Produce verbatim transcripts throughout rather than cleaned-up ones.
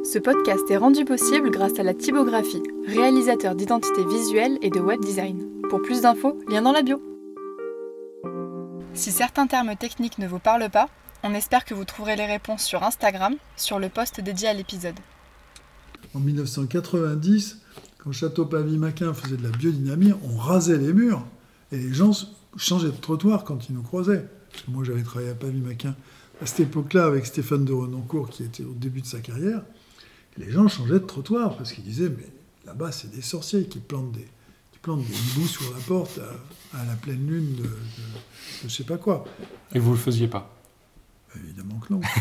Ce podcast est rendu possible grâce à la Typographie, réalisateur d'identité visuelle et de web design. Pour plus d'infos, lien dans la bio. Si certains termes techniques ne vous parlent pas, on espère que vous trouverez les réponses sur Instagram, sur le post dédié à l'épisode. En dix-neuf cent quatre-vingt-dix, quand Château-Pavie-Maquin faisait de la biodynamie, on rasait les murs et les gens changeaient de trottoir quand ils nous croisaient. Parce que moi, j'avais travaillé à Pavie-Maquin à cette époque-là avec Stéphane de Renoncourt, qui était au début de sa carrière. Et les gens changeaient de trottoir parce qu'ils disaient « mais là-bas, c'est des sorciers qui plantent des, qui plantent des hiboux sur la porte à, à la pleine lune de, de, de je sais pas quoi ». Et vous le faisiez pas ? Évidemment que non.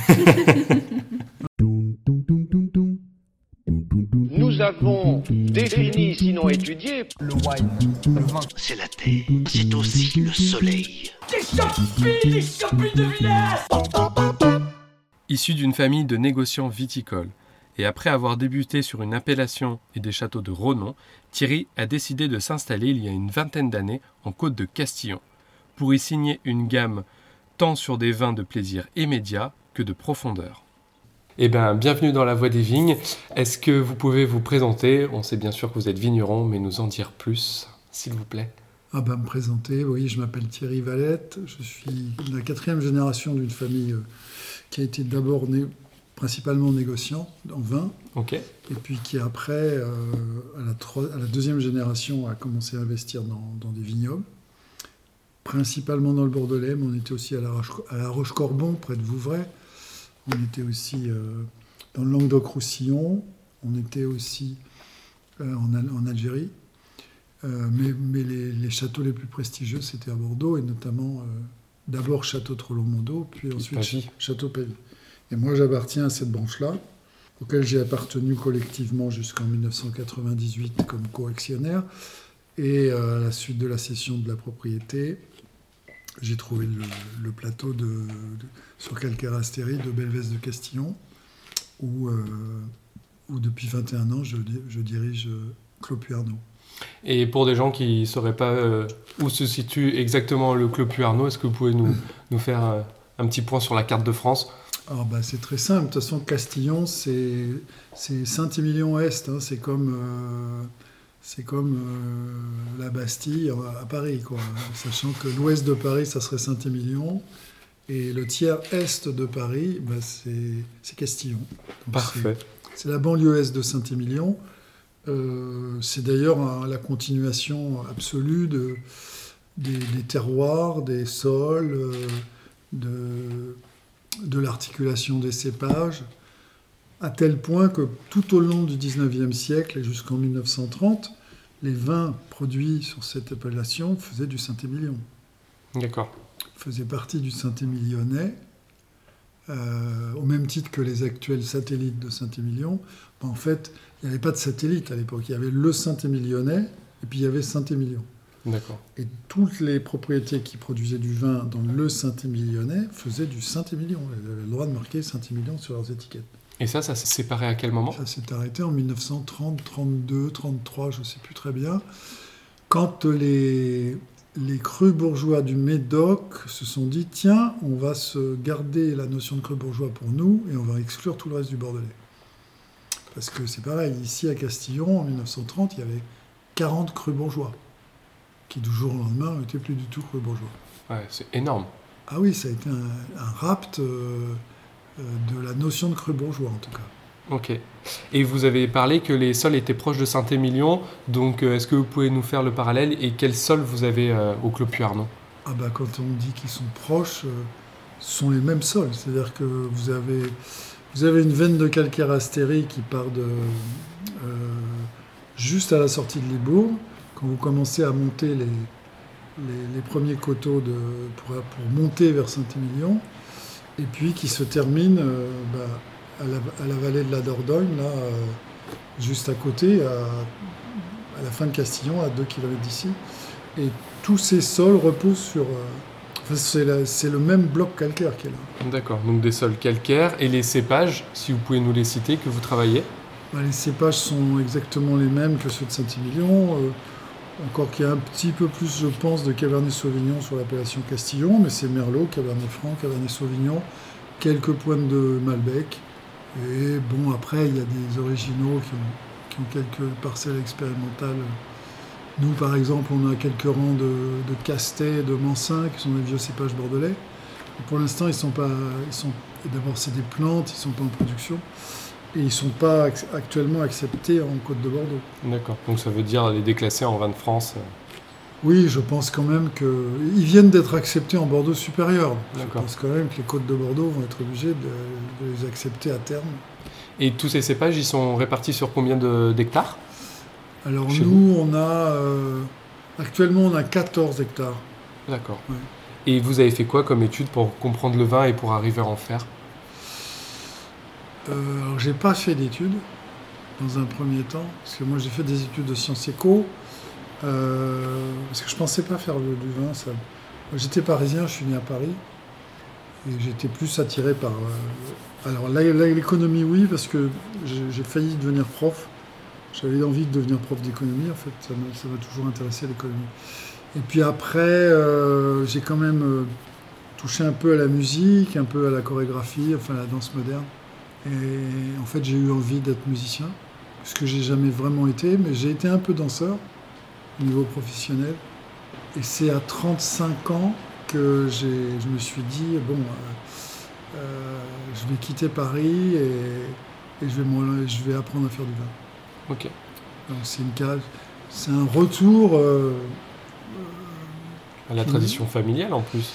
Nous avons défini, sinon étudié, le wine, le vin. C'est la terre, c'est aussi le soleil. Des champis, des champis de vinaigre. Issu d'une famille de négociants viticoles, et après avoir débuté sur une appellation et des châteaux de renom, Thierry a décidé de s'installer il y a une vingtaine d'années en Côte de Castillon, pour y signer une gamme tant sur des vins de plaisir immédiat que de profondeur. Eh bien, bienvenue dans la Voie des Vignes. Est-ce que vous pouvez vous présenter ? On sait bien sûr que vous êtes vigneron, mais nous en dire plus, s'il vous plaît. Ah ben, me présenter, oui, je m'appelle Thierry Valette, je suis la quatrième génération d'une famille euh, qui a été d'abord né, principalement négociant en vin, okay. Et puis qui après, euh, à, la tro- à la deuxième génération, a commencé à investir dans, dans des vignobles, principalement dans le Bordelais, mais on était aussi à la, Roche- à la Roche-Corbon, près de Vouvray. On était aussi euh, dans le Languedoc-Roussillon, on était aussi euh, en, Al- en Algérie. Euh, mais mais les, les châteaux les plus prestigieux, c'était à Bordeaux, et notamment euh, d'abord Château Trollon-Mondeau, puis ensuite Pavie. Château Pavie. Et moi, j'appartiens à cette branche-là, auquel j'ai appartenu collectivement jusqu'en dix-neuf cent quatre-vingt-dix-huit comme coactionnaire. Et euh, à la suite de la cession de la propriété, j'ai trouvé le, le plateau de, de, sur calcaire astérie de Belvès de Castillon, où, euh, où depuis vingt et un ans, je, je dirige euh, Clos Puyarnaud. Et pour des gens qui ne sauraient pas euh, où se situe exactement le Clos Puyarnaud, est-ce que vous pouvez nous, nous faire euh, un petit point sur la carte de France ? Alors bah, c'est très simple. De toute façon, Castillon, c'est, c'est Saint-Émilion-Est. Hein. C'est comme, euh, c'est comme euh, la Bastille à Paris, quoi. Sachant que l'ouest de Paris, ça serait Saint-Émilion. Et le tiers est de Paris, bah, c'est, c'est Castillon. Donc Parfait. C'est, c'est la banlieue est de Saint-Émilion. Euh, c'est d'ailleurs hein, la continuation absolue de, des, des terroirs, des sols, euh, de, de l'articulation des cépages, à tel point que tout au long du dix-neuvième siècle et jusqu'en dix-neuf cent trente, les vins produits sur cette appellation faisaient du Saint-Émilion. D'accord. Faisaient partie du Saint-Émilionnais, euh, au même titre que les actuels satellites de Saint-Émilion. Ben, en fait, il n'y avait pas de satellite à l'époque. Il y avait le Saint-Émilionnais et puis il y avait Saint-Émilion. D'accord. Et toutes les propriétés qui produisaient du vin dans le Saint-Émilionnais faisaient du Saint-Émilion. Elles avaient le droit de marquer Saint-Émilion sur leurs étiquettes. Et ça, ça s'est séparé à quel moment ? Ça s'est arrêté en dix-neuf cent trente, trente-deux, trente-trois, je ne sais plus très bien, quand les, les crus bourgeois du Médoc se sont dit « Tiens, on va se garder la notion de cru bourgeois pour nous et on va exclure tout le reste du Bordelais ». Parce que c'est pareil, ici à Castillon, en dix-neuf cent trente, il y avait quarante crus bourgeois, qui du jour au lendemain n'étaient plus du tout crus bourgeois. Ouais, c'est énorme. Ah oui, ça a été un, un rapt euh, euh, de la notion de cru bourgeois, en tout cas. Ok. Et vous avez parlé que les sols étaient proches de Saint-Émilion, donc euh, est-ce que vous pouvez nous faire le parallèle et quel sol vous avez euh, au Clos Puyarnaud ? Ah bah quand on dit qu'ils sont proches, euh, ce sont les mêmes sols. C'est-à-dire que vous avez, vous avez une veine de calcaire astérie qui part de, euh, juste à la sortie de Libourg. Quand vous commencez à monter les, les, les premiers coteaux de, pour, pour monter vers Saint-Émilion, et puis qui se termine euh, bah, à, la, à la vallée de la Dordogne, là, euh, juste à côté, à, à la fin de Castillon, à deux kilomètres d'ici. Et tous ces sols reposent sur... Euh, enfin, c'est, la, c'est le même bloc calcaire qui est là. D'accord, donc des sols calcaires. Et les cépages, si vous pouvez nous les citer, que vous travaillez ? Bah, les cépages sont exactement les mêmes que ceux de Saint-Émilion. Euh, encore qu'il y a un petit peu plus, je pense, de Cabernet Sauvignon sur l'appellation Castillon, mais c'est Merlot, Cabernet Franc, Cabernet Sauvignon, quelques pointes de Malbec, Et bon, après, il y a des originaux qui ont, qui ont quelques parcelles expérimentales. Nous, par exemple, on a quelques rangs de, de Castet, de Mansin, qui sont des vieux cépages bordelais. Et pour l'instant, ils sont pas. Ils sont, d'abord, c'est des plantes, ils ne sont pas en production. Et ils ne sont pas actuellement acceptés en Côte de Bordeaux. D'accord. Donc ça veut dire les déclasser en vin de France. Oui, je pense quand même qu'ils viennent d'être acceptés en Bordeaux supérieur. D'accord. Je pense quand même que les Côtes de Bordeaux vont être obligés de, de les accepter à terme. Et tous ces cépages, ils sont répartis sur combien de, d'hectares ? Alors Chez nous, on a... Euh, actuellement, on a quatorze hectares. D'accord. Ouais. Et vous avez fait quoi comme étude pour comprendre le vin et pour arriver à en faire ? euh, Alors, j'ai pas fait d'études dans un premier temps, parce que moi, j'ai fait des études de sciences éco. Euh, parce que je pensais pas faire le, du vin. Ça. Moi, j'étais parisien, je suis né à Paris, et j'étais plus attiré par. Euh, alors là, là, l'économie, oui, parce que j'ai, j'ai failli devenir prof. J'avais envie de devenir prof d'économie, en fait, ça m'a, ça m'a toujours intéressé l'économie. Et puis après, euh, j'ai quand même euh, touché un peu à la musique, un peu à la chorégraphie, enfin à la danse moderne. Et en fait, j'ai eu envie d'être musicien, ce que j'ai jamais vraiment été, mais j'ai été un peu danseur au niveau professionnel. Et c'est à trente-cinq ans que j'ai, je me suis dit, bon, euh, euh, je vais quitter Paris et, et je, vais me, je vais apprendre à faire du vin. Ok. Donc c'est une cage, c'est un retour... Euh, à la tradition familiale en plus.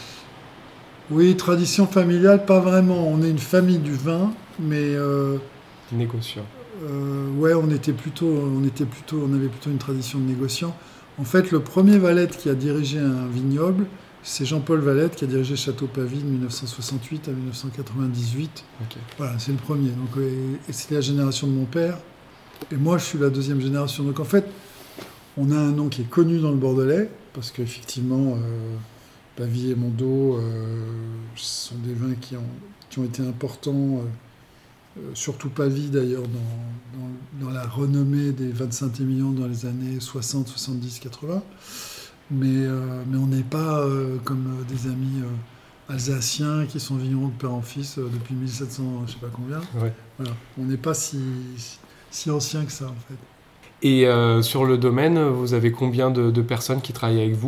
Oui, tradition familiale, pas vraiment. On est une famille du vin, mais... Euh, Négociant. Euh, ouais, on était plutôt, on était plutôt, on avait plutôt une tradition de négociant. En fait, le premier Valette qui a dirigé un vignoble, c'est Jean-Paul Valette qui a dirigé Château Pavie de dix-neuf cent soixante-huit à dix-neuf cent quatre-vingt-dix-huit. Okay. Voilà, c'est le premier. Donc, et, et c'était la génération de mon père. Et moi, je suis la deuxième génération. Donc, en fait, on a un nom qui est connu dans le Bordelais, parce qu'effectivement, euh, Pavie et Mondot euh, sont des vins qui ont, qui ont été importants. Euh, Euh, surtout Pavie d'ailleurs dans, dans, dans la renommée des vins de Saint-Émilion dans les années soixante, soixante-dix, quatre-vingts. Mais, euh, mais on n'est pas euh, comme euh, des amis euh, alsaciens qui sont vignerons de père en fils euh, depuis mille sept cents, je ne sais pas combien. Ouais. Voilà. On n'est pas si, si, si anciens que ça en fait. Et euh, sur le domaine, vous avez combien de, de personnes qui travaillent avec vous ?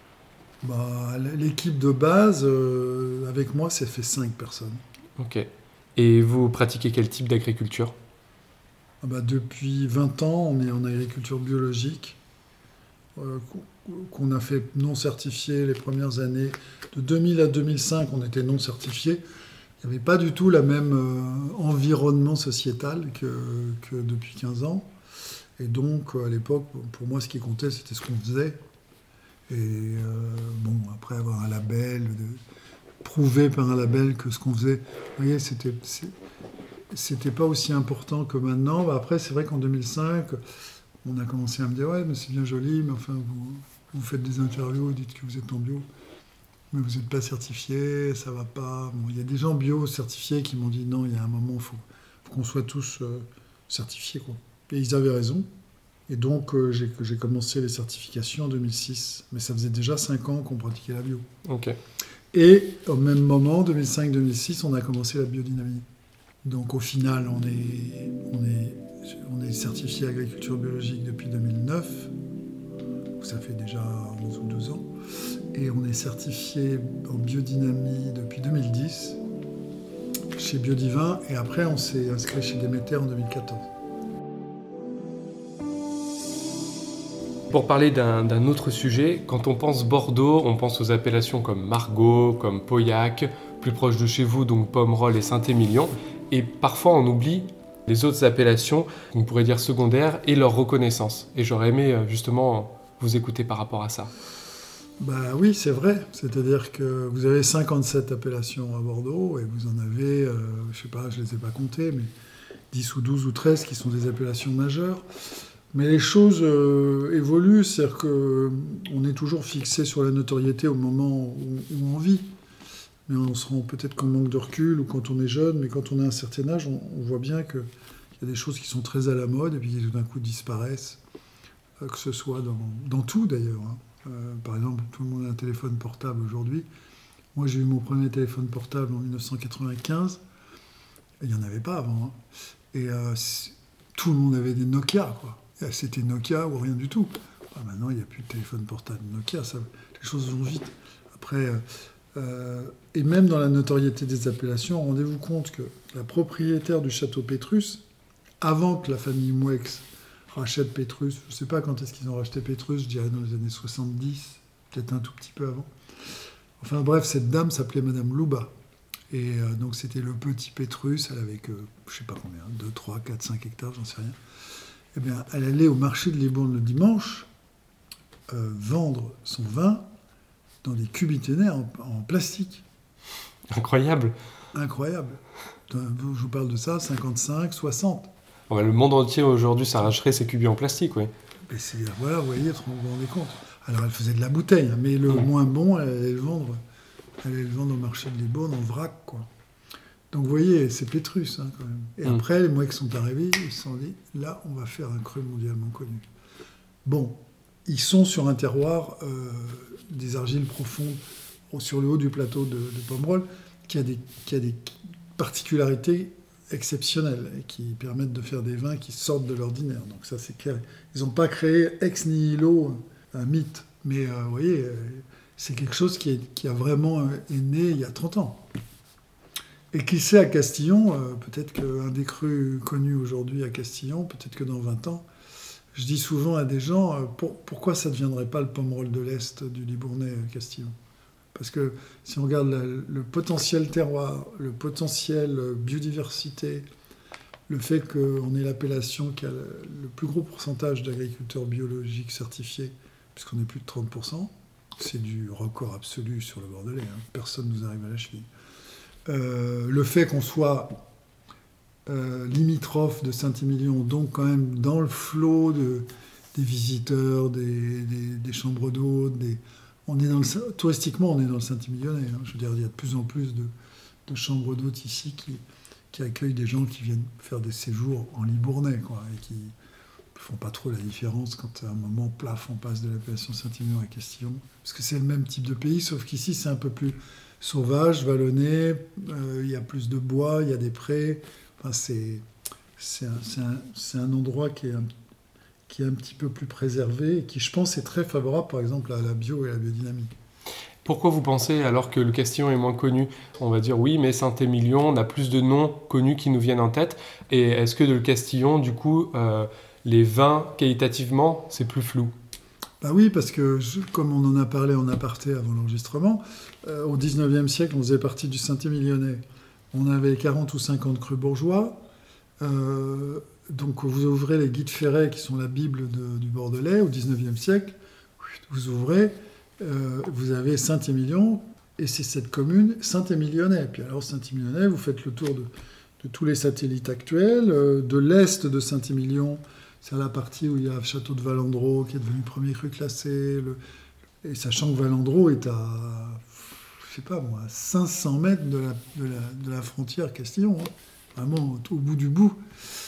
Bah, l'équipe de base, euh, avec moi, ça fait cinq personnes. Ok. Et vous pratiquez quel type d'agriculture ? Ah bah depuis vingt ans, on est en agriculture biologique, euh, qu'on a fait non certifié les premières années. De deux mille à deux mille cinq, on était non certifié. Il n'y avait pas du tout le même euh, environnement sociétal que, que depuis quinze ans. Et donc, à l'époque, pour moi, ce qui comptait, c'était ce qu'on faisait. Et euh, bon, après avoir un label... De, prouver par un label que ce qu'on faisait, vous voyez, c'était, c'était pas aussi important que maintenant. Bah après, c'est vrai qu'en deux mille cinq, on a commencé à me dire, ouais, mais c'est bien joli, mais enfin, vous, vous faites des interviews, vous dites que vous êtes en bio, mais vous n'êtes pas certifié, ça va pas. Bon, il y a des gens bio certifiés qui m'ont dit, non, il y a un moment, il faut, faut qu'on soit tous euh, certifiés, quoi. Et ils avaient raison. Et donc, euh, j'ai, j'ai commencé les certifications en deux mille six. Mais ça faisait déjà cinq ans qu'on pratiquait la bio. Ok. Et au même moment, deux mille cinq deux mille six, on a commencé la biodynamie. Donc au final, on est, on est, on est certifié agriculture biologique depuis deux mille neuf. Ça fait déjà onze ou douze ans. Et on est certifié en biodynamie depuis deux mille dix chez Biodivin. Et après, on s'est inscrit chez Déméter en deux mille quatorze. Pour parler d'un, d'un autre sujet, quand on pense Bordeaux, on pense aux appellations comme Margaux, comme Pauillac, plus proche de chez vous, donc Pomerol et Saint-Émilion. Et parfois, on oublie les autres appellations, qu'on pourrait dire secondaires, et leur reconnaissance. Et j'aurais aimé justement vous écouter par rapport à ça. Bah oui, c'est vrai. C'est-à-dire que vous avez cinquante-sept appellations à Bordeaux, et vous en avez, euh, je sais pas, je les ai pas comptées, mais dix ou douze ou treize qui sont des appellations majeures. Mais les choses euh, évoluent, c'est-à-dire qu'on est toujours fixé sur la notoriété au moment où, où on vit. Mais on se rend peut-être qu'on manque de recul ou quand on est jeune, mais quand on a un certain âge, on, on voit bien qu'il y a des choses qui sont très à la mode et puis qui tout d'un coup disparaissent, euh, que ce soit dans, dans tout d'ailleurs. Hein. Euh, par exemple, tout le monde a un téléphone portable aujourd'hui. Moi, j'ai eu mon premier téléphone portable en dix-neuf cent quatre-vingt-quinze. Il n'y en avait pas avant. Hein. Et euh, tout le monde avait des Nokia, quoi. Et c'était Nokia ou rien du tout. Enfin, maintenant, il n'y a plus de téléphone portable Nokia, ça, les choses vont vite. Après, euh, euh, et même dans la notoriété des appellations, rendez-vous compte que la propriétaire du château Pétrus, avant que la famille Moueix rachète Pétrus, je ne sais pas quand est-ce qu'ils ont racheté Pétrus, je dirais dans les années soixante-dix, peut-être un tout petit peu avant. Enfin bref, cette dame s'appelait Madame Louba. Et euh, donc c'était le petit Pétrus, elle avait que, je ne sais pas combien, deux, trois, quatre, cinq hectares, j'en sais rien. Eh bien, elle allait au marché de Libourne le dimanche euh, vendre son vin dans des cubiténaires en, en plastique. Incroyable. Incroyable. Je vous parle de ça, cinquante-cinq, soixante. Ouais, le monde entier aujourd'hui s'arracherait ses cubis en plastique, oui. Et c'est, voilà, vous voyez, vous vous rendez compte. Alors elle faisait de la bouteille, mais le mmh. moins bon, elle allait le vendre, elle allait le vendre au marché de Libourne en vrac, quoi. Donc vous voyez, c'est Pétrus, hein, quand même. Et mmh. après, les Moueix sont arrivés, ils se sont dit, là, on va faire un cru mondialement connu. Bon, ils sont sur un terroir euh, des argiles profondes sur le haut du plateau de, de Pomerol, qui a des, qui a des particularités exceptionnelles et qui permettent de faire des vins qui sortent de l'ordinaire. Donc ça, c'est clair. Ils n'ont pas créé ex nihilo un mythe, mais euh, vous voyez, euh, c'est quelque chose qui, est, qui a vraiment euh, est né il y a trente ans. Et qui sait, à Castillon, euh, peut-être qu'un des crus connus aujourd'hui à Castillon, peut-être que dans vingt ans, je dis souvent à des gens, euh, pour, pourquoi ça ne deviendrait pas le Pomerol de l'Est du Libournais à Castillon ? Parce que si on regarde la, le potentiel terroir, le potentiel biodiversité, le fait qu'on ait l'appellation qui a le, le plus gros pourcentage d'agriculteurs biologiques certifiés, puisqu'on est plus de trente pour cent, c'est du record absolu sur le Bordelais, hein, personne ne nous arrive à la cheville. Euh, le fait qu'on soit euh, limitrophe de Saint-Émilion, donc quand même dans le flot de, des visiteurs, des, des, des chambres d'hôtes, des... On est dans le, touristiquement, on est dans le Saint-Émilionnais. Hein. Je veux dire, il y a de plus en plus de, de chambres d'hôtes ici qui, qui accueillent des gens qui viennent faire des séjours en Libournais, quoi, et qui ne font pas trop la différence quand à un moment, plaf, on passe de l'appellation Saint-Émilion à Castillon. Parce que c'est le même type de pays, sauf qu'ici, c'est un peu plus sauvage, vallonné, euh, il y a plus de bois, il y a des prés. Enfin, c'est, c'est, un, c'est, un, c'est un endroit qui est un qui est un petit peu plus préservé et qui, je pense, est très favorable, par exemple, à la bio et à la biodynamie. Pourquoi vous pensez, alors que le Castillon est moins connu, on va dire oui, mais Saint-Émilion, on a plus de noms connus qui nous viennent en tête, et est-ce que de le Castillon, du coup, euh, les vins, qualitativement, c'est plus flou ? Bah oui, parce que, je, comme on en a parlé en aparté avant l'enregistrement, euh, au dix-neuvième siècle, on faisait partie du Saint-Émilionnais. On avait quarante ou cinquante crus bourgeois. Euh, donc vous ouvrez les guides ferrets, qui sont la Bible de, du Bordelais, au dix-neuvième siècle. Vous ouvrez, euh, vous avez Saint-Émilion, et c'est cette commune Saint-Émilionnais. Puis alors Saint-Émilionnais, vous faites le tour de, de tous les satellites actuels. Euh, de l'est de Saint-Émilion, c'est la partie où il y a le château de Valandreau, qui est devenu premier cru classé. Le, et sachant que Valandreau est à, je sais pas moi, cinq cents mètres de la, de la, de la frontière Castillon, hein. Vraiment au bout du bout.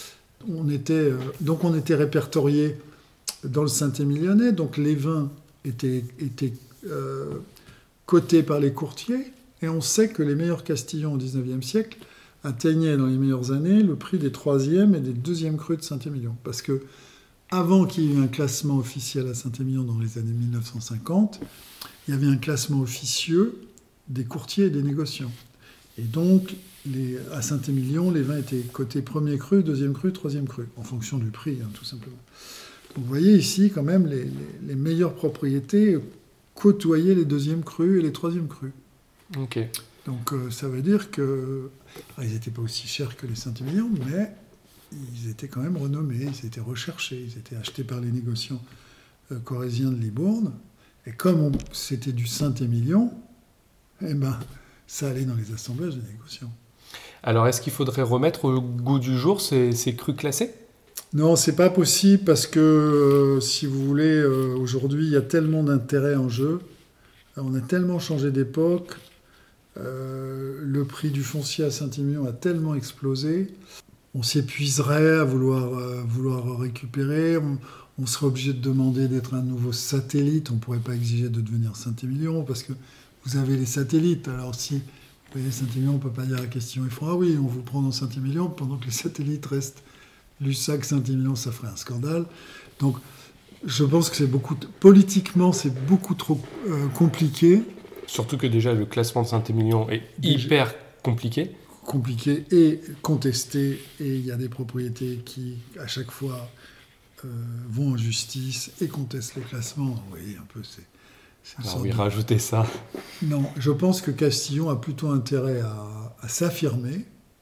On était, euh, donc on était répertoriés dans le Saint-Émilionnais, donc les vins étaient, étaient euh, cotés par les courtiers, et on sait que les meilleurs Castillons au dix-neuvième siècle atteignaient dans les meilleures années le prix des troisième et des deuxième crus de Saint-Émilion. Parce que avant qu'il y ait eu un classement officiel à Saint-Émilion dans les années mille neuf cent cinquante, il y avait un classement officieux des courtiers et des négociants. Et donc, les, à Saint-Émilion, les vins étaient cotés premier cru, deuxième cru, troisième cru, en fonction du prix, hein, tout simplement. Donc, vous voyez ici, quand même, les, les, les meilleures propriétés côtoyaient les deuxièmes crus et les troisièmes crus. Ok. Donc, euh, ça veut dire que... Alors, ils n'étaient pas aussi chers que les Saint-Émilion, mais ils étaient quand même renommés, ils étaient recherchés, ils étaient achetés par les négociants euh, corréziens de Libourne. Et comme on, c'était du Saint-Émilion, eh ben... ça allait dans les assemblages des négociants. Alors, est-ce qu'il faudrait remettre au goût du jour ces, ces crus classés ? Non, c'est pas possible parce que, euh, si vous voulez, euh, aujourd'hui, il y a tellement d'intérêt en jeu. On a tellement changé d'époque. Euh, le prix du foncier à Saint-Émilion a tellement explosé. On s'épuiserait à vouloir, euh, vouloir récupérer. On, on serait obligé de demander d'être un nouveau satellite. On ne pourrait pas exiger de devenir Saint-Émilion parce que vous avez les satellites. Alors, si voyez, Saint-Émilion, on ne peut pas dire à Castillon. Ils font « Ah oui, on vous prend dans Saint-Émilion pendant que les satellites restent Lussac, Saint-Émilion, ça ferait un scandale. » Donc, je pense que c'est beaucoup... T- Politiquement, c'est beaucoup trop euh, compliqué. Surtout que déjà, le classement de Saint-Émilion est déjà hyper compliqué. Compliqué et contesté. Et il y a des propriétés qui, à chaque fois, euh, vont en justice et contestent les classements. Oui, un peu, c'est... c'est Alors oui, de... rajouter ça. Non, je pense que Castillon a plutôt intérêt à, à s'affirmer.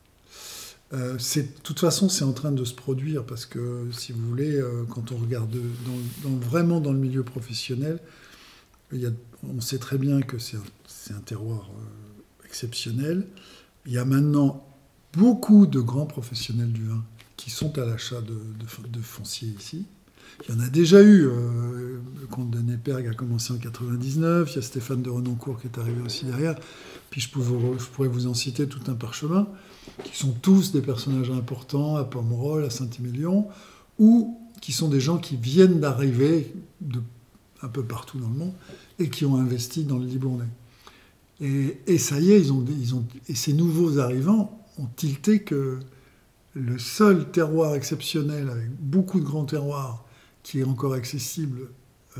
Euh, c'est, de toute façon, c'est en train de se produire parce que, si vous voulez, euh, quand on regarde dans, dans, vraiment dans le milieu professionnel, il y a, on sait très bien que c'est un, c'est un terroir euh, exceptionnel. Il y a maintenant beaucoup de grands professionnels du vin qui sont à l'achat de, de, de foncier ici. Il y en a déjà eu. Euh, le comte de Népergue a commencé en quatre-vingt-dix-neuf. Il y a Stéphane de Renoncourt qui est arrivé aussi derrière. Puis je, pouvais, je pourrais vous en citer tout un parchemin, qui sont tous des personnages importants à Pomerol, à Saint-Émilion, ou qui sont des gens qui viennent d'arriver de, un peu partout dans le monde et qui ont investi dans le Libournais. Et, et ça y est, ils ont, ils ont, et ces nouveaux arrivants ont tilté que le seul terroir exceptionnel, avec beaucoup de grands terroirs, qui est encore accessible euh,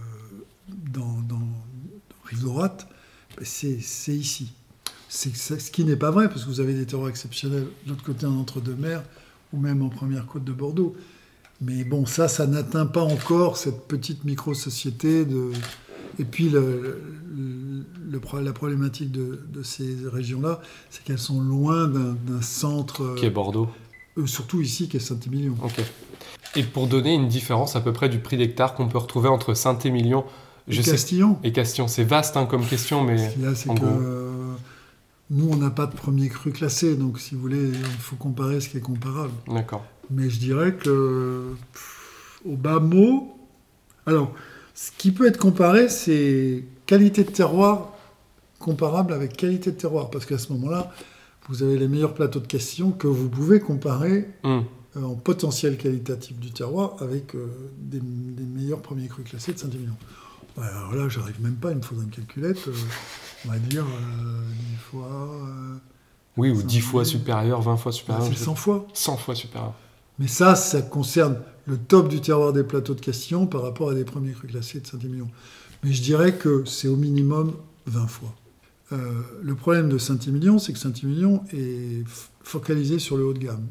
dans, dans, dans Rive-Droite, c'est, c'est ici. C'est, c'est, ce qui n'est pas vrai, parce que vous avez des terroirs exceptionnels de l'autre côté en entre-deux-mers, ou même en première côte de Bordeaux. Mais bon, ça, ça n'atteint pas encore cette petite micro-société. De... Et puis, le, le, le, la problématique de, de ces régions-là, c'est qu'elles sont loin d'un, d'un centre... Qui est Bordeaux. Euh, surtout ici, qui est Saint-Émilion. Ok. Et pour donner une différence à peu près du prix d'hectare qu'on peut retrouver entre Saint-Émilion et Castillon. Et Castillon, c'est vaste hein, comme question, mais ce qu'il y a, c'est en que gros... euh, nous, on n'a pas de premier cru classé, donc si vous voulez, il faut comparer ce qui est comparable. D'accord. Mais je dirais que, pff, au bas mot, alors, ce qui peut être comparé, c'est qualité de terroir comparable avec qualité de terroir, parce qu'à ce moment-là, vous avez les meilleurs plateaux de Castillon que vous pouvez comparer mmh. euh, en potentiel qualitatif du terroir avec euh, des, des meilleurs premiers crus classés de Saint-Émilion. Ouais, alors là, j'arrive même pas, il me faudrait une calculette, euh, on va dire euh, dix fois... Euh, oui, ou dix fois supérieur, vingt fois supérieur. Bah, c'est cent fois. cent fois supérieur. Mais ça, ça concerne le top du terroir des plateaux de Castillon par rapport à des premiers crus classés de Saint-Émilion. Mais je dirais que c'est au minimum vingt fois. Euh, le problème de Saint-Émilion, c'est que Saint-Émilion est f- focalisé sur le haut de gamme.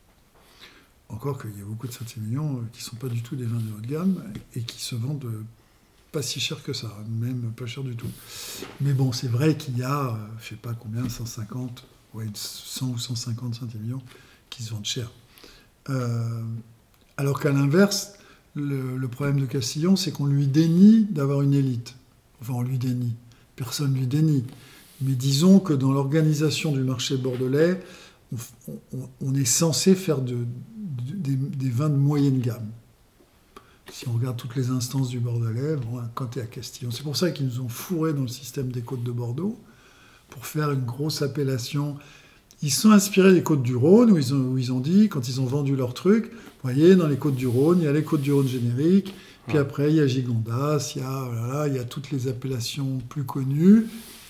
Encore qu'il y a beaucoup de Saint-Émilion qui ne sont pas du tout des vins de haut de gamme et qui se vendent pas si cher que ça, même pas cher du tout. Mais bon, c'est vrai qu'il y a, je ne sais pas combien, cent cinquante, ouais, cent ou cent cinquante Saint-Émilion qui se vendent cher. Euh, alors qu'à l'inverse, le, le problème de Castillon, c'est qu'on lui dénie d'avoir une élite. Enfin, on lui dénie. Personne ne lui dénie. Mais disons que dans l'organisation du marché bordelais, on, on, on est censé faire de, de, des, des vins de moyenne gamme. Si on regarde toutes les instances du Bordelais, bon, quand tu es à Castillon, c'est pour ça qu'ils nous ont fourrés dans le système des côtes de Bordeaux, pour faire une grosse appellation. Ils sont inspirés des côtes du Rhône, où ils ont, où ils ont dit, quand ils ont vendu leur truc, vous voyez, dans les côtes du Rhône, il y a les côtes du Rhône génériques, puis après, il y a Gigondas, il y a, voilà, il y a toutes les appellations plus connues.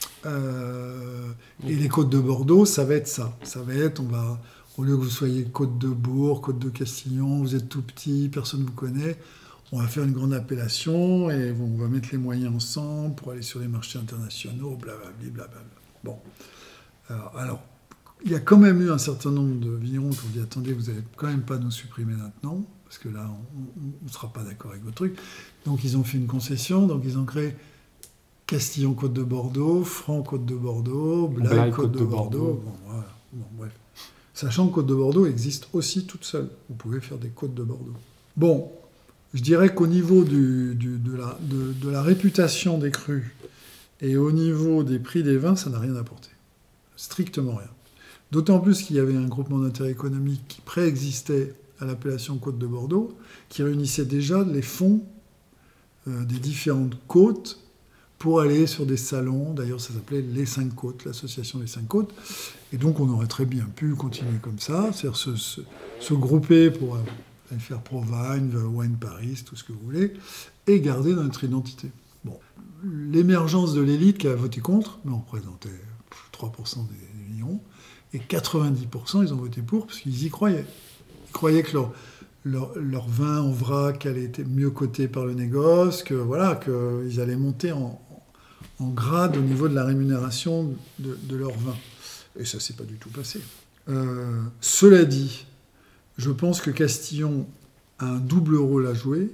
Euh, et les côtes de Bordeaux, ça va être ça. Ça va être, on va, au lieu que vous soyez côte de Bourg, côte de Castillon, vous êtes tout petit, personne ne vous connaît, on va faire une grande appellation et on va mettre les moyens ensemble pour aller sur les marchés internationaux, blablabla. Blablabla. Bon. Alors, alors, il y a quand même eu un certain nombre de vignerons qui ont dit « Attendez, vous n'allez quand même pas nous supprimer maintenant, parce que là, on ne sera pas d'accord avec votre truc. » Donc, ils ont fait une concession, donc ils ont créé Castillon Côte de Bordeaux, Franc Côte de Bordeaux, Blaye Côte de, de Bordeaux. Bordeaux. Bon, voilà. Bon, bref. Sachant que Côte de Bordeaux existe aussi toute seule. Vous pouvez faire des Côtes de Bordeaux. Bon, je dirais qu'au niveau du, du, de, la, de, de la réputation des crus et au niveau des prix des vins, ça n'a rien apporté. Strictement rien. D'autant plus qu'il y avait un groupement d'intérêt économique qui préexistait à l'appellation Côte de Bordeaux, qui réunissait déjà les fonds euh, des différentes côtes pour aller sur des salons. D'ailleurs, ça s'appelait Les Cinq Côtes, l'association des Cinq Côtes. Et donc, on aurait très bien pu continuer comme ça, c'est-à-dire se, se, se grouper pour aller faire Provine, Wine Paris, tout ce que vous voulez, et garder notre identité. Bon, l'émergence de l'élite qui a voté contre, mais on représentait trois pour cent des vignerons, et quatre-vingt-dix pour cent ils ont voté pour parce qu'ils y croyaient. Ils croyaient que leur, leur, leur vin en vrac allait être mieux coté par le négoce, que voilà, qu'ils allaient monter en, en grade au niveau de la rémunération de, de leur vin. Et ça ne s'est pas du tout passé. Euh, cela dit, je pense que Castillon a un double rôle à jouer.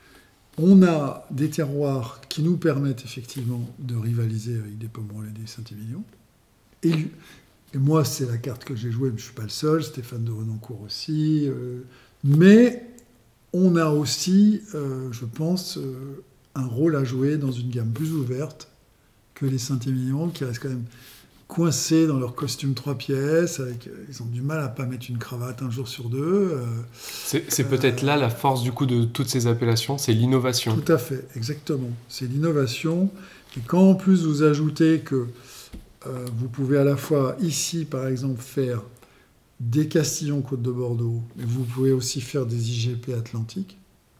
On a des terroirs qui nous permettent effectivement de rivaliser avec des Pomerol et des Saint-Émilion. Et, et moi, c'est la carte que j'ai jouée, mais je ne suis pas le seul, Stéphane de Renoncourt aussi. Euh, mais on a aussi, euh, je pense, euh, un rôle à jouer dans une gamme plus ouverte que les Saint-Émilion, qui restent quand même coincés dans leur costume trois pièces, avec, ils ont du mal à ne pas mettre une cravate un jour sur deux. Euh, c'est c'est peut-être euh, là la force du coup de toutes ces appellations, c'est l'innovation. Tout à fait, exactement. C'est l'innovation. Et quand en plus vous ajoutez que euh, vous pouvez à la fois ici, par exemple, faire des Castillon Côte de Bordeaux, mais vous pouvez aussi faire des I G P Atlantiques,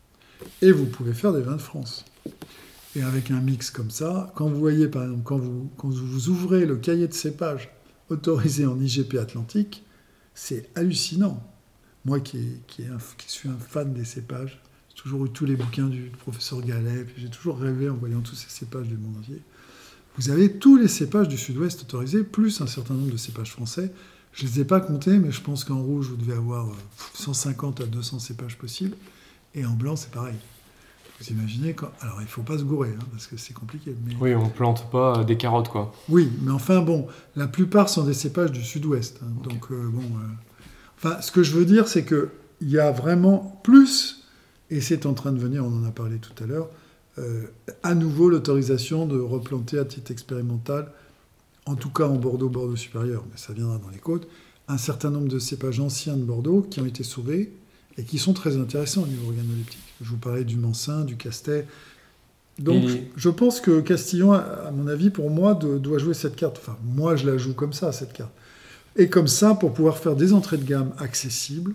et vous pouvez faire des vins de France. Et avec un mix comme ça, quand vous voyez, par exemple, quand vous, quand vous ouvrez le cahier de cépage autorisé en I G P Atlantique, c'est hallucinant. Moi qui, est, qui, est un, qui suis un fan des cépages, j'ai toujours eu tous les bouquins du professeur Gallet, puis j'ai toujours rêvé en voyant tous ces cépages du monde entier. Vous avez tous les cépages du sud-ouest autorisés, plus un certain nombre de cépages français. Je ne les ai pas comptés, mais je pense qu'en rouge, vous devez avoir cent cinquante à deux cents cépages possibles, et en blanc, c'est pareil. Vous imaginez quand... Alors, il ne faut pas se gourer, hein, parce que c'est compliqué. Mais... Oui, on ne plante pas des carottes, quoi. Oui, mais enfin, bon, la plupart sont des cépages du sud-ouest. Hein, okay. Donc, euh, bon... Euh... Enfin, ce que je veux dire, c'est qu'il y a vraiment plus, et c'est en train de venir, on en a parlé tout à l'heure, euh, à nouveau l'autorisation de replanter à titre expérimental, en tout cas en Bordeaux, Bordeaux supérieur, mais ça viendra dans les côtes, un certain nombre de cépages anciens de Bordeaux qui ont été sauvés et qui sont très intéressants au niveau organoleptique. Je vous parlais du Mansin, du Castet. Donc, et... je pense que Castillon, à mon avis, pour moi, de, doit jouer cette carte. Enfin, moi, je la joue comme ça, cette carte. Et comme ça, pour pouvoir faire des entrées de gamme accessibles.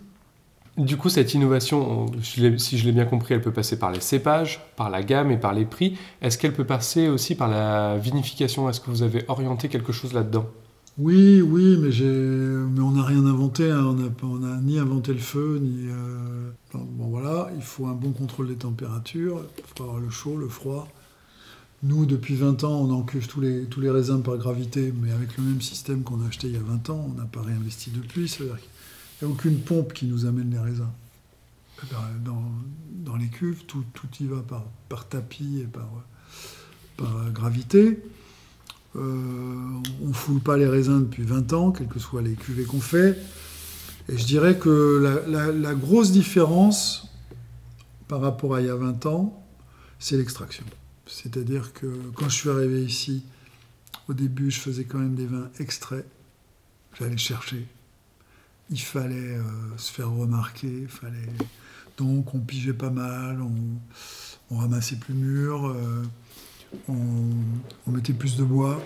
Du coup, cette innovation, si je l'ai bien compris, elle peut passer par les cépages, par la gamme et par les prix. Est-ce qu'elle peut passer aussi par la vinification ? Est-ce que vous avez orienté quelque chose là-dedans ? Oui, oui, mais, j'ai... mais on n'a rien inventé. Hein. On n'a ni inventé le feu, ni... Euh... Bon, bon, voilà, il faut un bon contrôle des températures. Il faut avoir le chaud, le froid. Nous, depuis vingt ans, on encuve tous les, tous les raisins par gravité, mais avec le même système qu'on a acheté il y a vingt ans, on n'a pas réinvesti depuis. C'est-à-dire qu'il n'y a aucune pompe qui nous amène les raisins. Dans, dans les cuves, tout, tout y va par, par tapis et par, par gravité. Euh, on ne foule pas les raisins depuis vingt ans, quelles que soient les cuvées qu'on fait. Et je dirais que la, la, la grosse différence par rapport à il y a vingt ans, c'est l'extraction. C'est-à-dire que quand je suis arrivé ici, au début, je faisais quand même des vins extraits. J'allais chercher. Il fallait euh, se faire remarquer. Fallait... Donc, on pigeait pas mal, on, on ramassait plus mûr. Euh, On, on mettait plus de bois.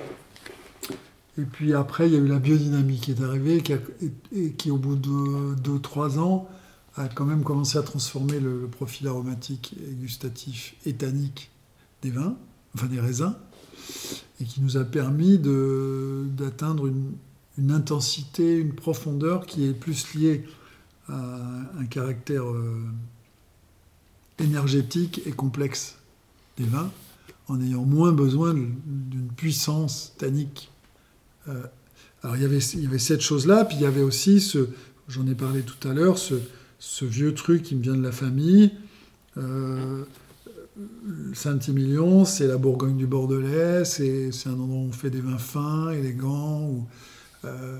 Et puis après, il y a eu la biodynamie qui est arrivée qui a, et, et qui, au bout de deux trois ans, a quand même commencé à transformer le, le profil aromatique et gustatif et tannique des vins, enfin des raisins, et qui nous a permis de, d'atteindre une, une intensité, une profondeur qui est plus liée à un caractère euh, énergétique et complexe des vins, en ayant moins besoin d'une puissance tannique. Euh, alors il y avait, il y avait cette chose-là, puis il y avait aussi, ce, j'en ai parlé tout à l'heure, ce, ce vieux truc qui me vient de la famille. Euh, Saint-Émilion, c'est la Bourgogne du Bordelais, c'est, c'est un endroit où on fait des vins fins, élégants. Où, euh,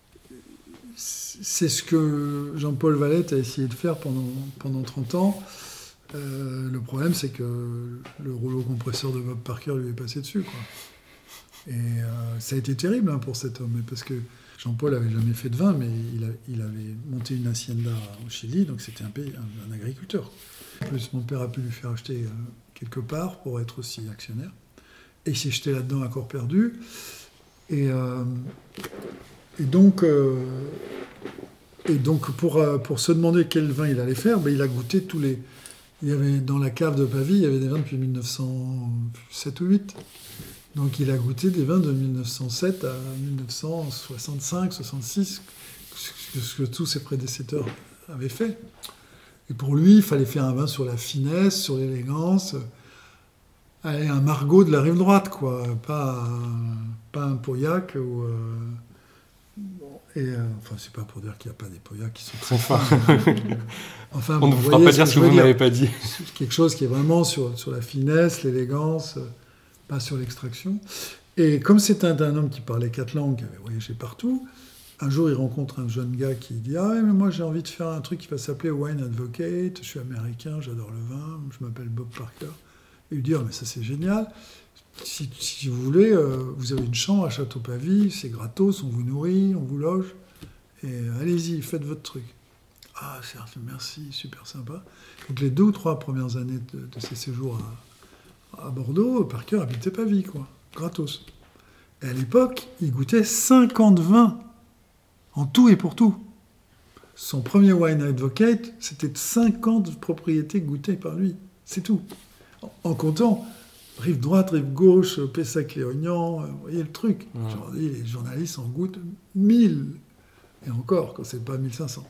c'est ce que Jean-Paul Valette a essayé de faire pendant, pendant trente ans. Euh, le problème, c'est que le rouleau compresseur de Bob Parker lui est passé dessus, quoi. Et euh, ça a été terrible hein, pour cet homme, parce que Jean-Paul n'avait jamais fait de vin, mais il, a, il avait monté une hacienda au Chili, donc c'était un, pays, un, un agriculteur. En plus, mon père a pu lui faire acheter euh, quelque part pour être aussi actionnaire. Et il s'est jeté là-dedans à corps perdu. Et, euh, et donc... Euh, Et donc, pour, pour se demander quel vin il allait faire, ben, il a goûté tous les... Il y avait, dans la cave de Pavie, il y avait des vins depuis mille neuf cent sept ou huit. Donc il a goûté des vins de mille neuf cent sept à mille neuf cent soixante-cinq, soixante-six, ce que tous ses prédécesseurs avaient fait. Et pour lui, il fallait faire un vin sur la finesse, sur l'élégance, allez, un Margaux de la rive droite, quoi. Pas, pas un Pauillac ou... Euh, et, euh, enfin, c'est pas pour dire qu'il n'y a pas des Pauillacs qui sont très Enfin, enfin on bon, ne vous vous fera voyez pas ce dire que ce je que veux vous dire. n'avez pas dit. C'est quelque chose qui est vraiment sur, sur la finesse, l'élégance, pas sur l'extraction. Et comme c'est un, un homme qui parlait quatre langues, qui avait voyagé partout, un jour il rencontre un jeune gars qui dit « Ah ouais, mais moi j'ai envie de faire un truc qui va s'appeler Wine Advocate, je suis américain, j'adore le vin, je m'appelle Bob Parker. » Et il lui dit « Ah mais ça c'est génial, si, si vous voulez, euh, vous avez une chambre à Château-Pavie, c'est gratos, on vous nourrit, on vous loge, et euh, allez-y, faites votre truc. » Ah, c'est, merci, super sympa. Donc les deux ou trois premières années de, de ses séjours à, à Bordeaux, Parker habitait Pavie, quoi, gratos. Et à l'époque, il goûtait cinquante vins, en tout et pour tout. Son premier Wine Advocate, c'était cinquante propriétés goûtées par lui, c'est tout. En, en comptant rive droite, rive gauche, Pessac-Léognan, vous voyez le truc. Ouais. Aujourd'hui, les journalistes en goûtent mille, et encore, quand c'est pas mille cinq cents.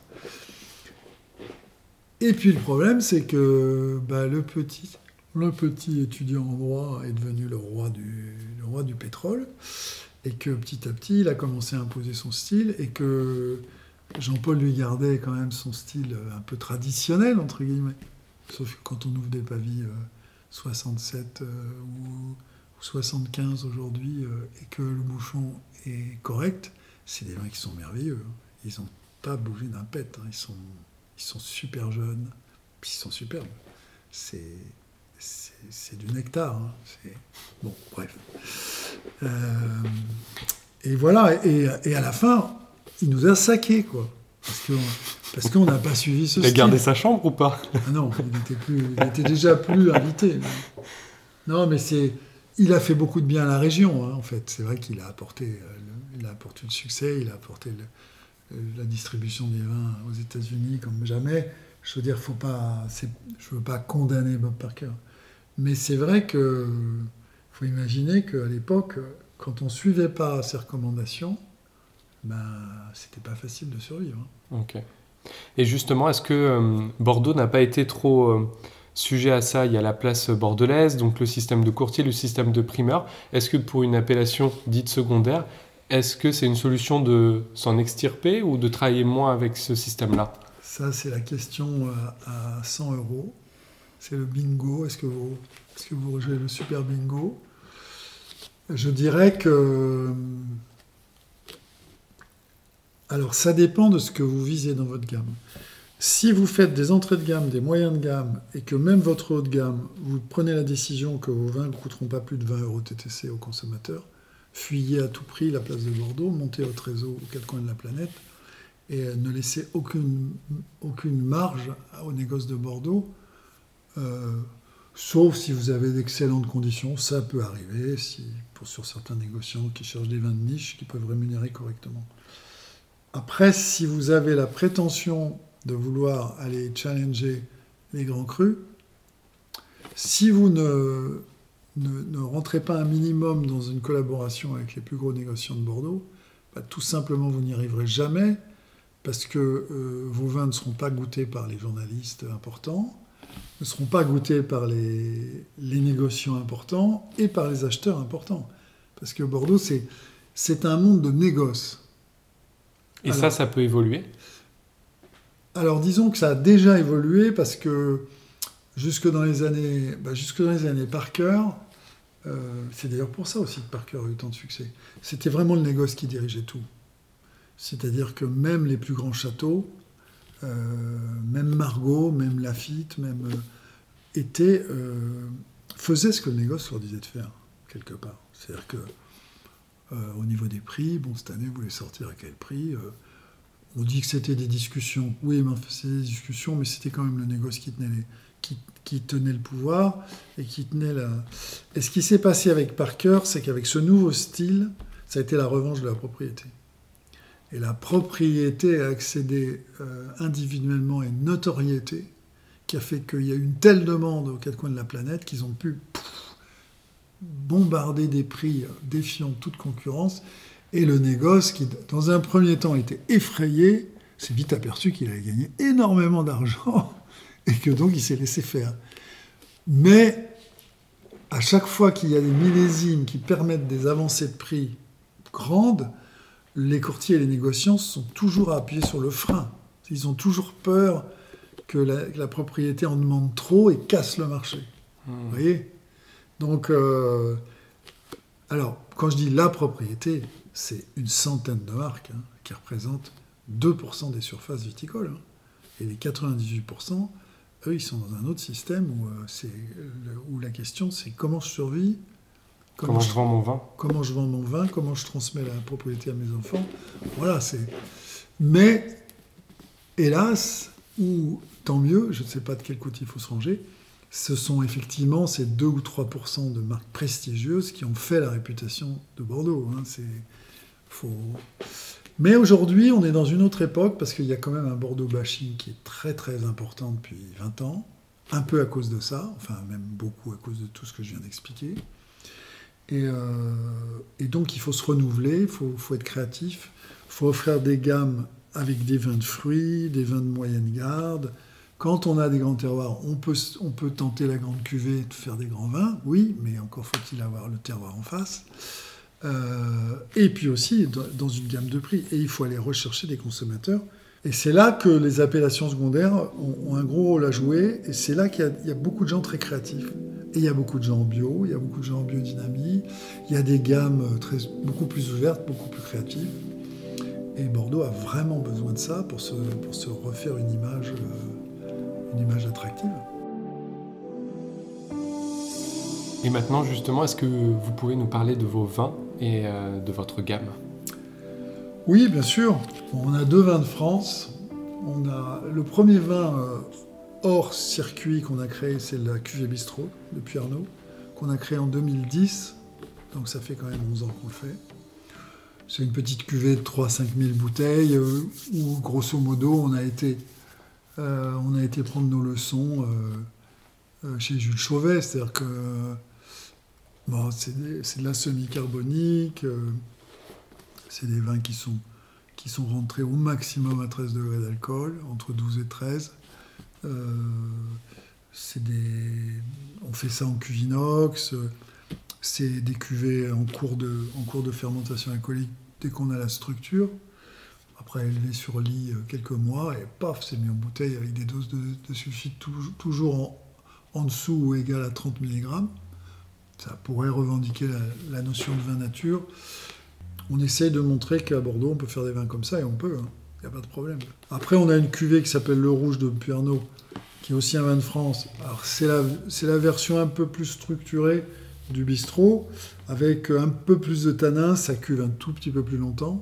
Et puis le problème, c'est que bah, le, petit, le petit étudiant en droit est devenu le roi, du, le roi du pétrole, et que petit à petit, il a commencé à imposer son style, et que Jean-Paul lui gardait quand même son style un peu traditionnel, entre guillemets. Sauf que quand on ouvre des pavilles euh, soixante-sept euh, ou, ou soixante-quinze aujourd'hui, euh, et que le bouchon est correct, c'est des vins qui sont merveilleux. Ils n'ont pas bougé d'un pet, hein. Ils sont... Ils sont super jeunes, puis ils sont superbes. C'est, c'est, c'est du nectar. Hein. C'est... Bon, bref. Euh, et voilà, et, et à la fin, il nous a saqués, quoi. Parce, que, parce qu'on n'a pas suivi ce Il a style. gardé sa chambre ou pas? Ah non, il était, plus, il était déjà plus invité. Non, mais c'est, il a fait beaucoup de bien à la région, hein, en fait. C'est vrai qu'il a apporté, euh, le, il a apporté le succès, il a apporté le, la distribution des vins aux États-Unis comme jamais. Je veux dire, faut pas, c'est, je veux pas condamner Bob Parker, mais c'est vrai que faut imaginer qu'à l'époque, quand on suivait pas ses recommandations, ben c'était pas facile de survivre. Ok. Et justement, est-ce que euh, Bordeaux n'a pas été trop euh, sujet à ça? Il y a la place bordelaise, donc le système de courtier, le système de primeur. Est-ce que pour une appellation dite secondaire, est-ce que c'est une solution de s'en extirper ou de travailler moins avec ce système-là? Ça, c'est la question à cent euros. C'est le bingo. Est-ce que vous, est-ce que vous rejouez le super bingo? Je dirais que... Alors, ça dépend de ce que vous visez dans votre gamme. Si vous faites des entrées de gamme, des moyens de gamme, et que même votre haut de gamme, vous prenez la décision que vos vins ne coûteront pas plus de vingt euros T T C au consommateur, fuyez à tout prix la place de Bordeaux, montez votre réseau aux quatre coins de la planète et ne laissez aucune, aucune marge au négoce de Bordeaux, euh, sauf si vous avez d'excellentes conditions, ça peut arriver, si, pour, sur certains négociants qui cherchent des vins de niche qui peuvent rémunérer correctement. Après, si vous avez la prétention de vouloir aller challenger les grands crus, si vous ne... Ne, ne rentrez pas un minimum dans une collaboration avec les plus gros négociants de Bordeaux, bah, tout simplement vous n'y arriverez jamais parce que euh, vos vins ne seront pas goûtés par les journalistes importants, ne seront pas goûtés par les, les négociants importants et par les acheteurs importants. Parce que Bordeaux, c'est, c'est un monde de négoce. Et alors, ça, ça peut évoluer? Alors disons que ça a déjà évolué parce que jusque dans les années, bah, jusque dans les années Parker, Euh, c'est d'ailleurs pour ça aussi que Parker a eu tant de succès. C'était vraiment le négoce qui dirigeait tout. C'est-à-dire que même les plus grands châteaux, euh, même Margaux, même Lafite, même euh, étaient, euh, faisaient ce que le négoce leur disait de faire, quelque part. C'est-à-dire que euh, au niveau des prix, bon, cette année, vous voulez sortir à quel prix euh, On dit que c'était des discussions. Oui, mais c'était des discussions, mais c'était quand même le négoce qui tenait les... Qui, qui tenait le pouvoir et qui tenait la... Et ce qui s'est passé avec Parker, c'est qu'avec ce nouveau style, ça a été la revanche de la propriété. Et la propriété a accédé euh, individuellement à une notoriété qui a fait qu'il y a eu une telle demande aux quatre coins de la planète qu'ils ont pu pff, bombardé des prix défiant toute concurrence. Et le négoce, qui dans un premier temps était effrayé, s'est vite aperçu qu'il avait gagné énormément d'argent et que donc il s'est laissé faire. Mais à chaque fois qu'il y a des millésimes qui permettent des avancées de prix grandes, les courtiers et les négociants sont toujours à appuyer sur le frein. Ils ont toujours peur que la, que la propriété en demande trop et casse le marché. Mmh. Vous voyez ? Donc, euh, alors, quand je dis la propriété, c'est une centaine de marques hein, qui représentent deux pour cent des surfaces viticoles. Hein. Et les quatre-vingt-dix-huit pour cent, eux, ils sont dans un autre système où, euh, c'est, où la question, c'est comment je survis, comment, comment je vends mon vin, comment je vends mon vin, comment je transmets la propriété à mes enfants. Voilà, c'est... Mais, hélas, ou tant mieux, je ne sais pas de quel côté il faut se ranger, ce sont effectivement ces deux ou trois pour cent de marques prestigieuses qui ont fait la réputation de Bordeaux. Hein. C'est... Faut... Mais aujourd'hui, on est dans une autre époque, parce qu'il y a quand même un Bordeaux bashing qui est très très important depuis vingt ans, un peu à cause de ça, enfin même beaucoup à cause de tout ce que je viens d'expliquer. Et, euh, et donc il faut se renouveler, il faut, faut être créatif, il faut offrir des gammes avec des vins de fruits, des vins de moyenne garde. Quand on a des grands terroirs, on peut, on peut tenter la grande cuvée de faire des grands vins, oui, mais encore faut-il avoir le terroir en face. Euh, et puis aussi dans une gamme de prix. Et il faut aller rechercher des consommateurs. Et c'est là que les appellations secondaires ont, ont un gros rôle à jouer. Et c'est là qu'il y a, il y a beaucoup de gens très créatifs. Et il y a beaucoup de gens en bio, il y a beaucoup de gens en biodynamie. Il y a des gammes très, beaucoup plus ouvertes, beaucoup plus créatives. Et Bordeaux a vraiment besoin de ça pour se, pour se refaire une image, euh, une image attractive. Et maintenant, justement, est-ce que vous pouvez nous parler de vos vins et euh, de votre gamme ? Oui, bien sûr. On a deux vins de France. On a le premier vin euh, hors circuit qu'on a créé, c'est la cuvée Bistrot de Puyarnaud, qu'on a créé en deux mille dix. Donc ça fait quand même onze ans qu'on le fait. C'est une petite cuvée de trois à cinq mille bouteilles euh, où, grosso modo, on a été, euh, on a été prendre nos leçons euh, euh, chez Jules Chauvet. C'est-à-dire que bon, c'est, des, c'est de la semi-carbonique, euh, c'est des vins qui sont, qui sont rentrés au maximum à treize degrés d'alcool, entre douze et treize. Euh, c'est des, on fait ça en cuve inox. C'est des cuvées en cours de, en cours de fermentation alcoolique dès qu'on a la structure. Après, élevé sur lit quelques mois, et paf, c'est mis en bouteille avec des doses de, de sulfite toujours, toujours en, en dessous ou égal à trente milligrammes. Ça pourrait revendiquer la, la notion de vin nature. On essaye de montrer qu'à Bordeaux, on peut faire des vins comme ça, et on peut, il hein, n'y a pas de problème. Après, on a une cuvée qui s'appelle Le Rouge de Puyarnaud, qui est aussi un vin de France. Alors, c'est la, c'est la version un peu plus structurée du bistrot, avec un peu plus de tanin, ça cuve un tout petit peu plus longtemps,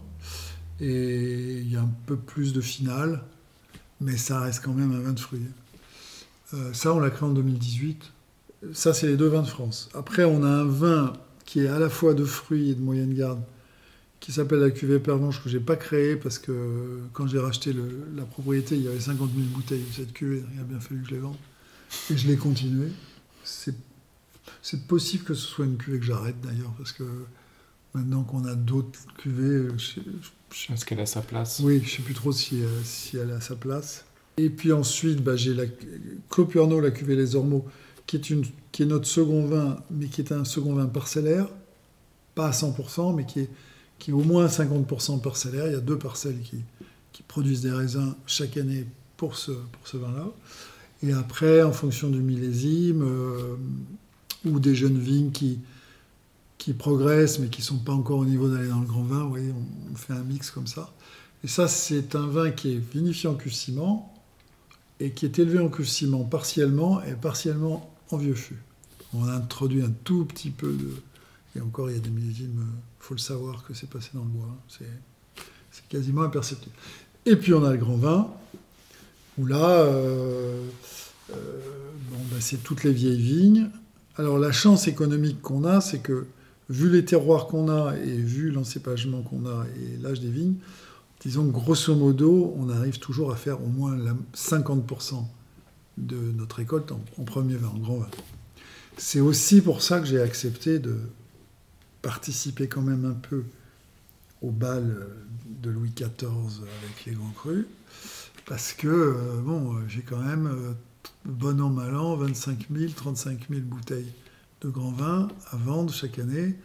et il y a un peu plus de finale, mais ça reste quand même un vin de fruits. Euh, ça, on l'a créé en deux mille dix-huit. Ça, c'est les deux vins de France. Après, on a un vin qui est à la fois de fruits et de moyenne garde, qui s'appelle la cuvée Pervenche, que je n'ai pas créée, parce que quand j'ai racheté le, la propriété, il y avait cinquante mille bouteilles de cette cuvée, il a bien fallu que je les vende. Et je l'ai continuée. C'est C'est possible que ce soit une cuvée que j'arrête d'ailleurs, parce que maintenant qu'on a d'autres cuvées... Je, je, Est-ce qu'elle a sa place ? Oui, je ne sais plus trop si, euh, si elle a sa place. Et puis ensuite, bah, j'ai la Clos Puyarnaud, la cuvée Les Ormeaux, qui est, une, qui est notre second vin, mais qui est un second vin parcellaire, pas à cent pour cent, mais qui est, qui est au moins cinquante pour cent parcellaire. Il y a deux parcelles qui, qui produisent des raisins chaque année pour ce, pour ce vin-là. Et après, en fonction du millésime... Euh, ou des jeunes vignes qui, qui progressent, mais qui ne sont pas encore au niveau d'aller dans le grand vin. Vous voyez, on, on fait un mix comme ça. Et ça, c'est un vin qui est vinifié en cuve ciment et qui est élevé en cuve ciment partiellement et partiellement en vieux fût. On a introduit un tout petit peu de... Et encore, il y a des millésimes, il faut le savoir que c'est passé dans le bois. C'est, c'est quasiment imperceptible. Et puis, on a le grand vin, où là, euh, euh, bon, ben, c'est toutes les vieilles vignes. Alors la chance économique qu'on a, c'est que, vu les terroirs qu'on a et vu l'encépagement qu'on a et l'âge des vignes, disons que grosso modo, on arrive toujours à faire au moins cinquante pour cent de notre récolte en, en premier vin, en grand vin. c'est aussi pour ça que j'ai accepté de participer quand même un peu au bal de Louis quatorze avec les grands crus, parce que, euh, bon, j'ai quand même, euh, bon an, mal an, vingt-cinq mille, trente-cinq mille bouteilles de grand vin à vendre chaque année.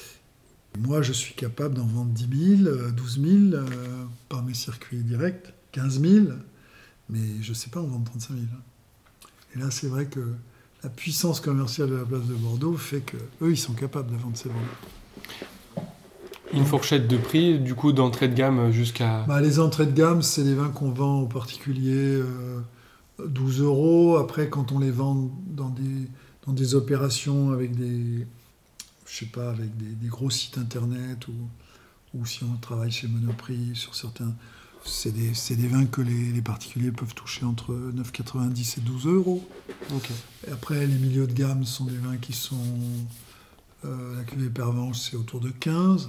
Moi, je suis capable d'en vendre dix mille, douze mille euh, par mes circuits directs, quinze mille, mais je ne sais pas en vendre trente-cinq mille. Et là, c'est vrai que la puissance commerciale de la place de Bordeaux fait qu'eux, ils sont capables de vendre ces vins. Une fourchette de prix, du coup, d'entrée de gamme jusqu'à... Bah, les entrées de gamme, c'est des vins qu'on vend aux particuliers euh, douze euros. Après, quand on les vend dans des, dans des opérations avec des... je sais pas, avec des, des gros sites internet ou, ou si on travaille chez Monoprix sur certains, c'est des, c'est des vins que les, les particuliers peuvent toucher entre neuf euros quatre-vingt-dix et douze euros. Okay. Et après, les milieux de gamme sont des vins qui sont... Euh, la cuvée Pervenche, c'est autour de quinze.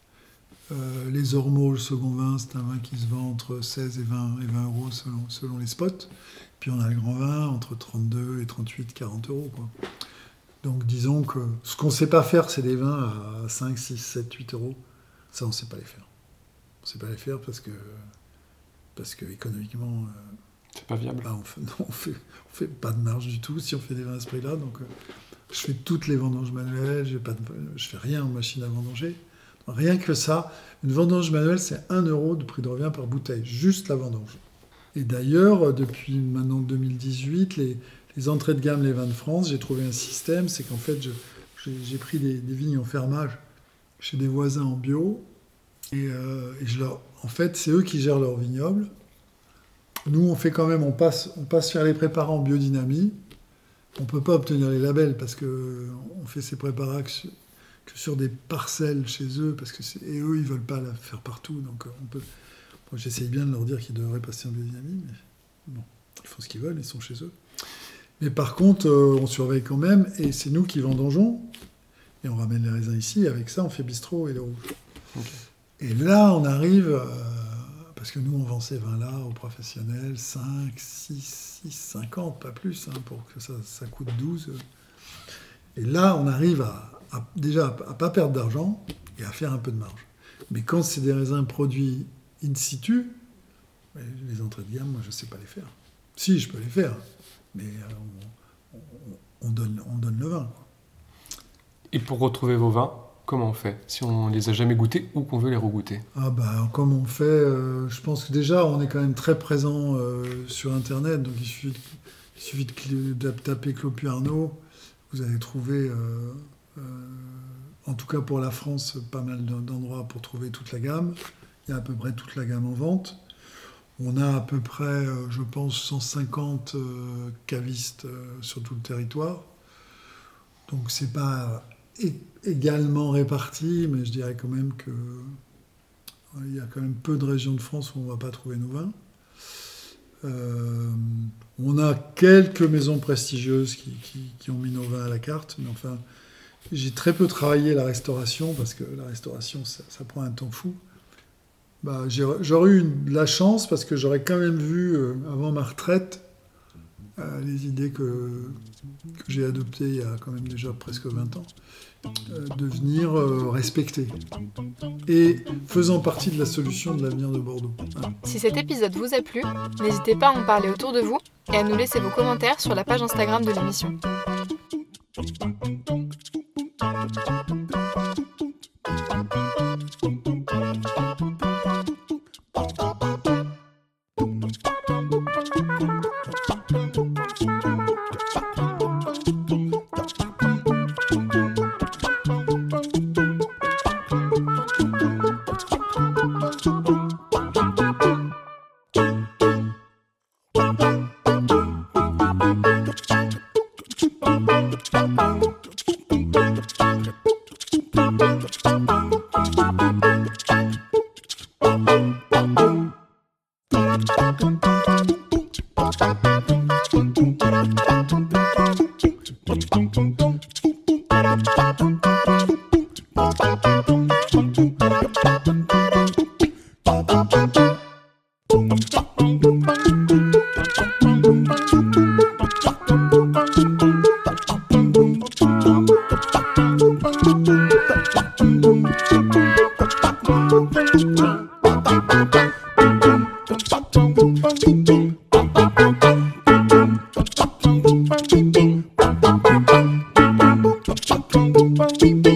Euh, les Ormeaux, le second vin, c'est un vin qui se vend entre seize et vingt, et vingt euros selon, selon les spots. Puis on a le grand vin entre trente-deux et trente-huit, quarante euros, quoi. Donc disons que ce qu'on ne sait pas faire, c'est des vins à cinq, six, sept, huit euros. Ça, on ne sait pas les faire. On ne sait pas les faire parce que, parce que économiquement, euh, c'est pas viable. Bah, on fait, non, on fait, on fait pas de marge du tout si on fait des vins à ce prix-là. Donc euh, je fais toutes les vendanges manuelles, j'ai pas de, je fais rien en machine à vendanger. Rien que ça, une vendange manuelle, c'est un euro de prix de revient par bouteille, juste la vendange. Et d'ailleurs, depuis maintenant deux mille dix-huit, les Les entrées de gamme, les vins de France, j'ai trouvé un système, c'est qu'en fait, je, j'ai, j'ai pris des, des vignes en fermage chez des voisins en bio, et, euh, et je leur, en fait, c'est eux qui gèrent leur vignoble. Nous, on fait quand même, on passe, on passe faire les préparats en biodynamie. On ne peut pas obtenir les labels parce qu'on fait ces préparats que, que sur des parcelles chez eux, parce que c'est, et eux, ils ne veulent pas la faire partout. Donc, on peut, moi, j'essaye bien de leur dire qu'ils devraient passer en biodynamie, mais bon, ils font ce qu'ils veulent, ils sont chez eux. Mais par contre, euh, on surveille quand même, et c'est nous qui vendangeons, et on ramène les raisins ici, et avec ça, on fait bistrot et le rouge. Okay. Et là, on arrive, euh, parce que nous, on vend ces vins-là aux professionnels, cinq, six, six, cinquante, pas plus, hein, pour que ça, ça coûte douze. Et là, on arrive à, à déjà à ne pas perdre d'argent, et à faire un peu de marge. Mais quand c'est des raisins produits in situ, les entrées de gamme, moi, je ne sais pas les faire. Si, je peux les faire. Mais on, on, on, donne, on donne le vin. Et pour retrouver vos vins, comment on fait si on ne les a jamais goûtés ou qu'on veut les regoûter? Ah bah, comme on fait, euh, je pense que déjà, on est quand même très présent euh, sur Internet. Donc il suffit, il suffit de, de taper Clos Puyarnaud. Vous allez trouver, euh, euh, en tout cas pour la France, pas mal d'endroits pour trouver toute la gamme. Il y a à peu près toute la gamme en vente. On a à peu près, je pense, cent cinquante euh, cavistes euh, sur tout le territoire. Donc c'est pas é- également réparti, mais je dirais quand même que euh, il y a quand même peu de régions de France où on ne va pas trouver nos vins. Euh, on a quelques maisons prestigieuses qui, qui, qui ont mis nos vins à la carte, mais enfin, j'ai très peu travaillé la restauration, parce que la restauration, ça, ça prend un temps fou. Bah, j'aurais eu une, la chance parce que j'aurais quand même vu, euh, avant ma retraite, euh, les idées que, que j'ai adoptées il y a quand même déjà presque vingt ans, euh, devenir euh, respectées et faisant partie de la solution de l'avenir de Bordeaux. Voilà. Si cet épisode vous a plu, n'hésitez pas à en parler autour de vous et à nous laisser vos commentaires sur la page Instagram de l'émission. Bye.